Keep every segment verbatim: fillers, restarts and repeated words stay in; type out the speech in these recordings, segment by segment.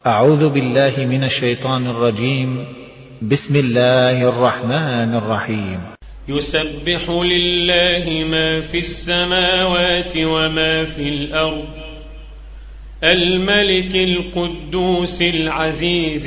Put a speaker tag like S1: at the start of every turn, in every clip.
S1: أعوذ بالله من الشيطان الرجيم. بسم الله الرحمن الرحيم.
S2: يسبح لله ما في السماوات وما في الأرض الملك القدوس العزيز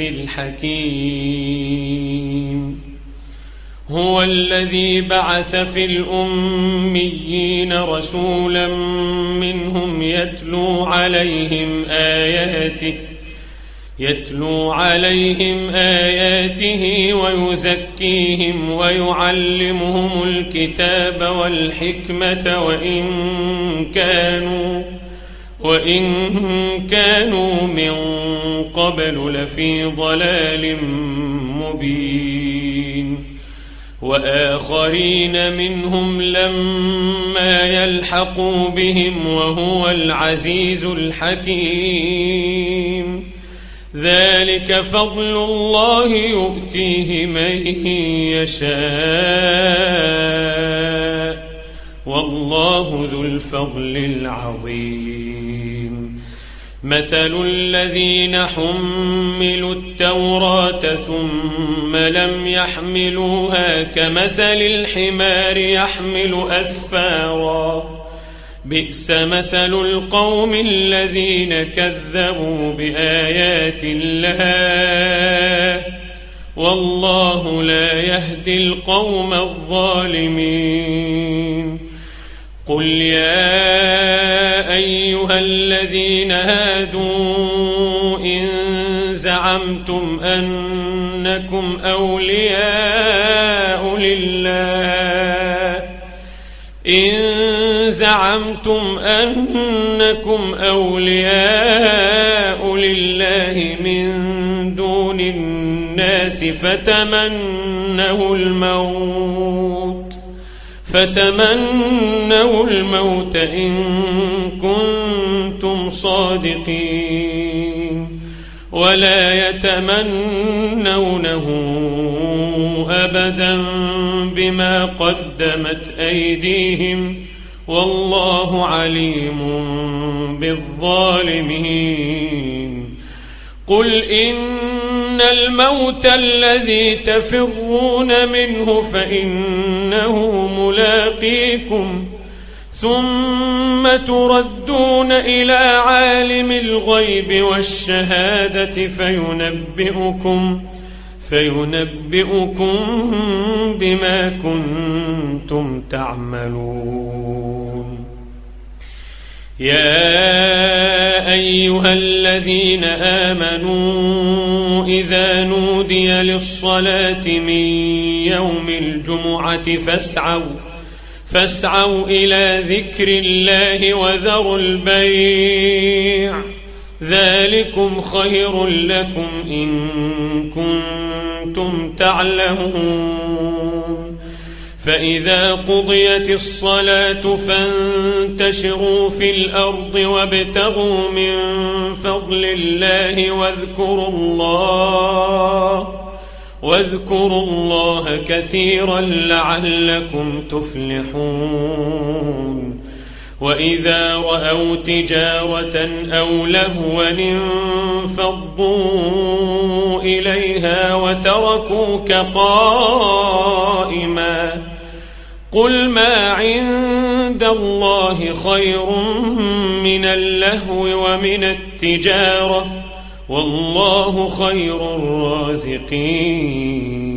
S2: الحكيم. هو الذي بعث في الأميين رسولا منهم يتلو عليهم آياته يتلو عليهم آياته ويزكيهم ويعلمهم الكتاب والحكمة وإن كانوا وإن كانوا من قبل لفي ضلال مبين. وآخرين منهم لما يلحقوا بهم وهو العزيز الحكيم. ذلك فضل الله يؤتيه من يشاء والله ذو الفضل العظيم. مثل الذين حملوا التوراة ثم لم يحملوها كمثل الحمار يحمل أسفارا بئس مثل القوم الذين كذبوا بآيات الله والله لا يهدي القوم الظالمين. قل يا أيها الذين هادوا إن زعمتم أنكم أولياء لله إن زعمتم أنكم أولياء لله من دون الناس فتمنوا الموت فتمنوا الموت إن كنتم صادقين ولا يتمنونه أبدا بما قدمت أيديهم والله عليم بالظالمين. قل إن الموت الذي تفرون منه فإنه ملاقيكم ثم تردون إلى عالم الغيب والشهادة فينبئكم فينبئكم بما كنتم تعملون. يا أيها الذين آمنوا إذا نودي للصلاة من يوم الجمعة فاسعوا فاسعوا إلى ذكر الله وذروا البيع ذلكم خير لكم إن كنتم تعلمون. فإذا قضيت الصلاة فانتشروا في الأرض وابتغوا من فضل الله واذكروا الله واذكروا الله كثيرا لعلكم تفلحون. وإذا رأوا تجارة أو لهوا انفضوا إليها وتركوك قائما قل ما عند الله خير من اللهو ومن التجارة والله خير الرازقين.